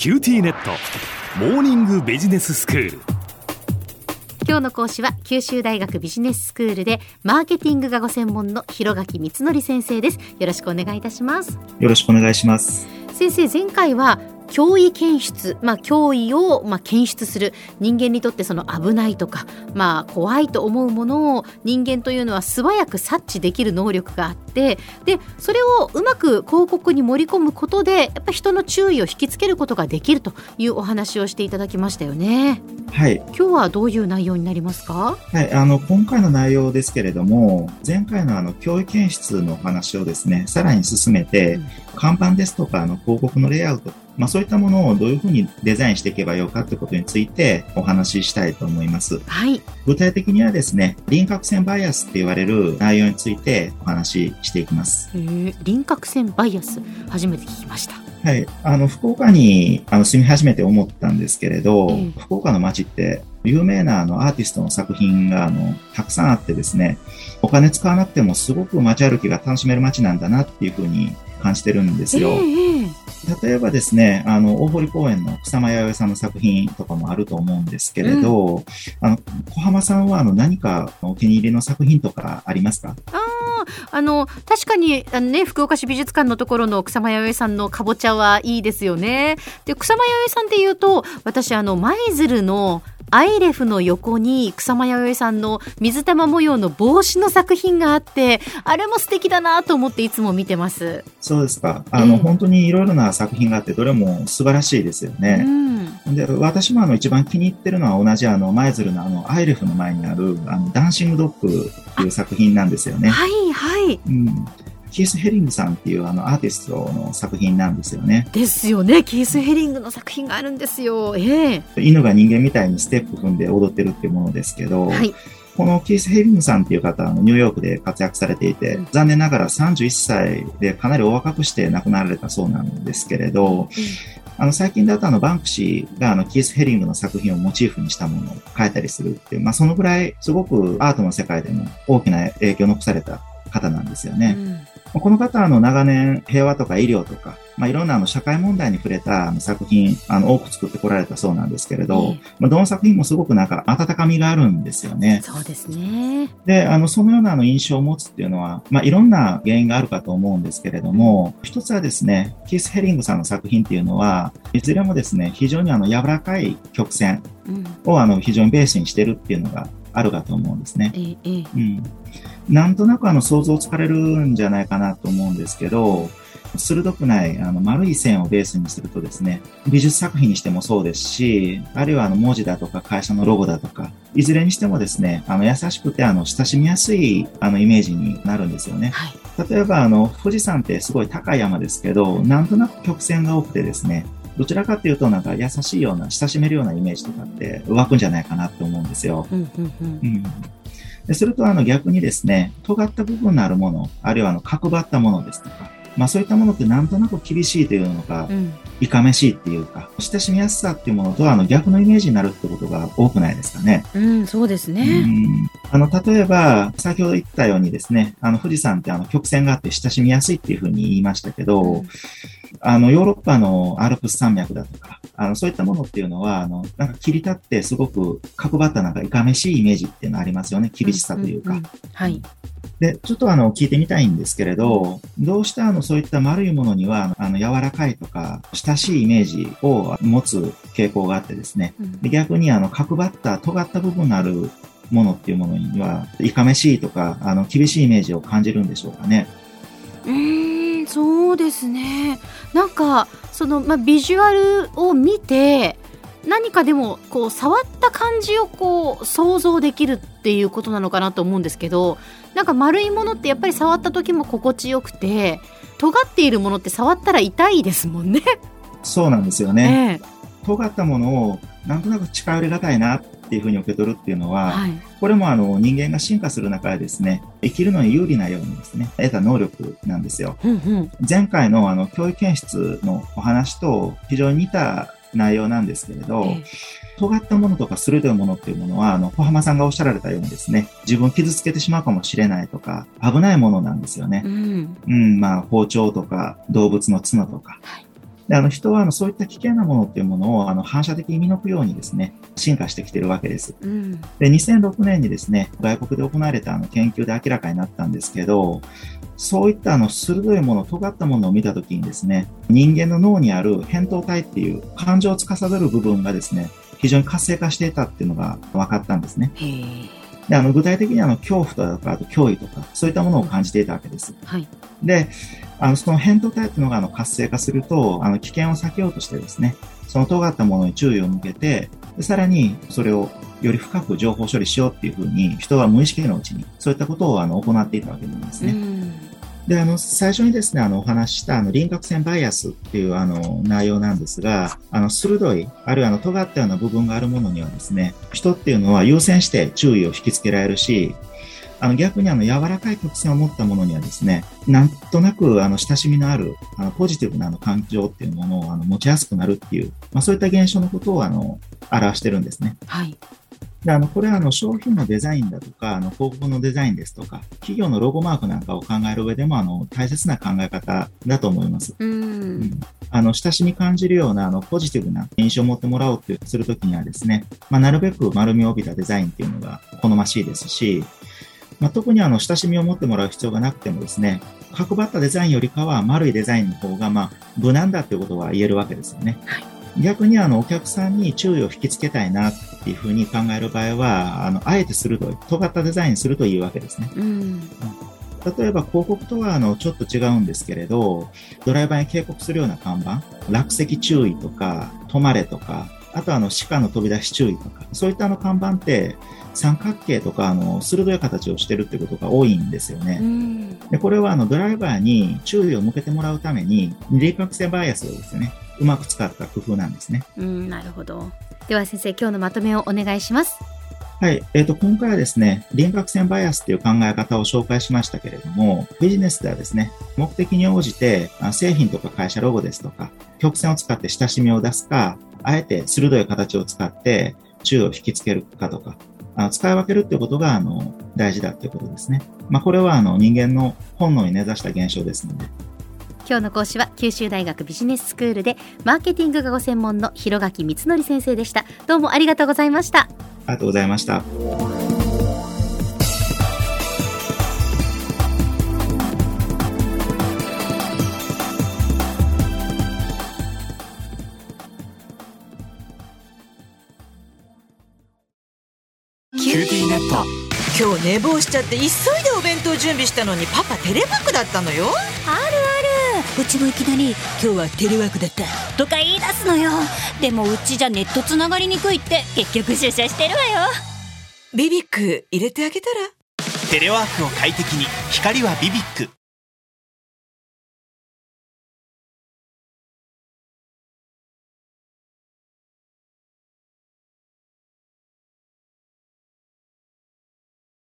キューティーネットモーニングビジネススクール。 今日の講師は九州大学ビジネススクールでマーケティングがご専門の広垣光則先生です。よろしくお願いいたします。 よろしくお願いします。 先生、前回は脅威検出、脅威を検出する、人間にとってその危ないとか、怖いと思うものを人間というのは素早く察知できる能力があって、でそれをうまく広告に盛り込むことでやっぱ人の注意を引きつけることができるというお話をしていただきましたよね。 はい。 今日はどういう内容になりますか？ はい、今回の内容ですけれども、前回の脅威検出のお話をですね、さらに進めて、看板ですとか広告のレイアウト、そういったものをどういうふうにデザインしていけばよいかということについてお話ししたいと思います。 はい。 具体的にはですね、輪郭線バイアスって言われる内容についてお話ししていきます。 輪郭線バイアス、初めて聞きました。 はい。福岡に住み始めて思ったんですけれど、福岡の街って有名なアーティストの作品がたくさんあってですね、お金使わなくてもすごく街歩きが楽しめる街なんだなっていうふうに感じてるんですよ。例えばですね、大堀公園の草間彌生さんの作品とかもあると思うんですけれど、小浜さんは何かお気に入りの作品とかありますか？ 確かに福岡市美術館のところの草間彌生さんのかぼちゃはいいですよね。で、草間彌生さんっていうと、私舞鶴のアイレフの横に草間彌生さんの水玉模様の帽子の作品があって、あれも素敵だなと思っていつも見てます。 そうですか。本当にいろいろな作品があって、どれも素晴らしいですよね。で、私も一番気に入ってるのは同じ舞鶴のアイレフの前にあるダンシングドッグっていう作品なんですよね。 はいはい。 キース・ヘリングさんっていうアーティストの作品なんですよね。 ですよね。キース・ヘリングの作品があるんですよ。 犬が人間みたいにステップ踏んで踊ってるっていうものですけど、はい、このキース・ヘリングさんっていう方はニューヨークで活躍されていて、残念ながら31歳でかなりお若くして亡くなられたそうなんですけれど、最近だとバンクシーがキース・ヘリングの作品をモチーフにしたものを描いたりするっていう、そのぐらいすごくアートの世界でも大きな影響を残された方なんですよね。この方は長年平和とか医療とか、いろんな社会問題に触れた作品多く作ってこられたそうなんですけれど、どの作品もすごく温かみがあるんですよね。 そうですね。 で、そのような印象を持つっていうのは、いろんな原因があるかと思うんですけれども、一つはですね、キース・ヘリングさんの作品っていうのは、いずれもですね、非常に柔らかい曲線を非常にベースにしてるっていうのがあるかと思うんですね。なんとなく想像つかれるんじゃないかなと思うんですけど、鋭くない丸い線をベースにするとですね、美術作品にしてもそうですし、あるいは文字だとか会社のロゴだとか、いずれにしてもですね、優しくて親しみやすいイメージになるんですよね。はい、例えば富士山ってすごい高い山ですけど、なんとなく曲線が多くてですね、どちらかというと優しいような親しめるようなイメージとかって湧くんじゃないかなと思うんですよ。すると逆にですね、尖った部分のあるもの、あるいは角張ったものですとか、そういったものってなんとなく厳しいというのか、いかめしいっていうか、親しみやすさっていうものと逆のイメージになるってことが多くないですかね。 そうですね。 例えば、先ほど言ったようにですね、富士山って曲線があって親しみやすいっていうふうに言いましたけど、ヨーロッパのアルプス山脈だとか、そういったものっていうのは、切り立ってすごく角張ったいかめしいイメージっていうのありますよね。厳しさというか。 はい。 で、ちょっと聞いてみたいんですけれど、どうしてそういった丸いものには、柔らかいとか、親しいイメージを持つ傾向があってですね、で逆に角張った、尖った部分のあるものっていうものには、いかめしいとか、厳しいイメージを感じるんでしょうかね。 そうですね。ビジュアルを見て、何かでも触った感じを想像できるっていうことなのかなと思うんですけど、丸いものってやっぱり触った時も心地よくて、尖っているものって触ったら痛いですもんね。 そうなんですよね。尖ったものをなんとなく近寄りがたいなっていうふうに受け取るっていうのは、これも人間が進化する中でですね、生きるのに有利なようにですね、得た能力なんですよ。前回の教育検出のお話と非常に似た内容なんですけれど、尖ったものとか鋭いものっていうものは、小浜さんがおっしゃられたようにですね、自分を傷つけてしまうかもしれないとか、危ないものなんですよね。包丁とか動物の角とか。 で人はそういった危険なものっていうものを反射的に見抜くようにですね、進化してきているわけです。で、2006年にですね、外国で行われた研究で明らかになったんですけど、そういった鋭いもの、尖ったものを見たときにですね、人間の脳にある扁桃体っていう感情を司る部分がですね、非常に活性化していたっていうのが分かったんですね。で具体的に恐怖とか、あと脅威とか、そういったものを感じていたわけです。 はい、 で、その扁桃体っていうのが活性化すると、危険を避けようとしてですね、その尖ったものに注意を向けて、でさらにそれをより深く情報処理しようっていうふうに、人は無意識のうちにそういったことを行っていたわけなんですね。で、最初にですね、お話しした輪郭線バイアスっていう内容なんですが、鋭い、あるいは尖ったような部分があるものにはですね、人っていうのは優先して注意を引きつけられるし、逆に柔らかい曲線を持ったものにはですね、なんとなく親しみのあるポジティブな感情っていうものを持ちやすくなるっていう、そういった現象のことを表してるんですね。 はい。 でこれは商品のデザインだとか広告のデザインですとか企業のロゴマークなんかを考える上でも大切な考え方だと思います。親しみ感じるようなポジティブな印象を持ってもらおうってするときにはですね、なるべく丸みを帯びたデザインっていうのが好ましいですし、特に親しみを持ってもらう必要がなくてもですね、角張ったデザインよりかは丸いデザインの方が無難だっていうことは言えるわけですよね。はい、逆にお客さんに注意を引きつけたいなっていうふうに考える場合は、あえて鋭い、尖ったデザインにするといいわけですね。例えば広告とはちょっと違うんですけれど、ドライバーに警告するような看板、落石注意とか、止まれとか、あと鹿の飛び出し注意とか、そういった看板って三角形とか鋭い形をしてるってことが多いんですよね。でこれはドライバーに注意を向けてもらうために輪郭線バイアスをですね、うまく使った工夫なんですね。 なるほど。では先生、今日のまとめをお願いします。 はい。今回はですね、輪郭線バイアスという考え方を紹介しましたけれども、ビジネスではですね、目的に応じて製品とか会社ロゴですとか、曲線を使って親しみを出すか、あえて鋭い形を使って注意を引きつけるかとか、使い分けるということが大事だということですね。これは人間の本能に根ざした現象ですので。 今日の講師は九州大学ビジネススクールでマーケティングがご専門の広垣光則先生でした。どうもありがとうございました。 ありがとうございました。 キューティーネット。 今日寝坊しちゃって急いでお弁当準備したのにパパテレワークだったのよ。 あるある、うちもいきなり今日はテレワークだったとか言い出すのよ。でもうちじゃネットつながりにくいって結局出社してるわよ。 ビビック入れてあげたら。 テレワークを快適に、光はビビック。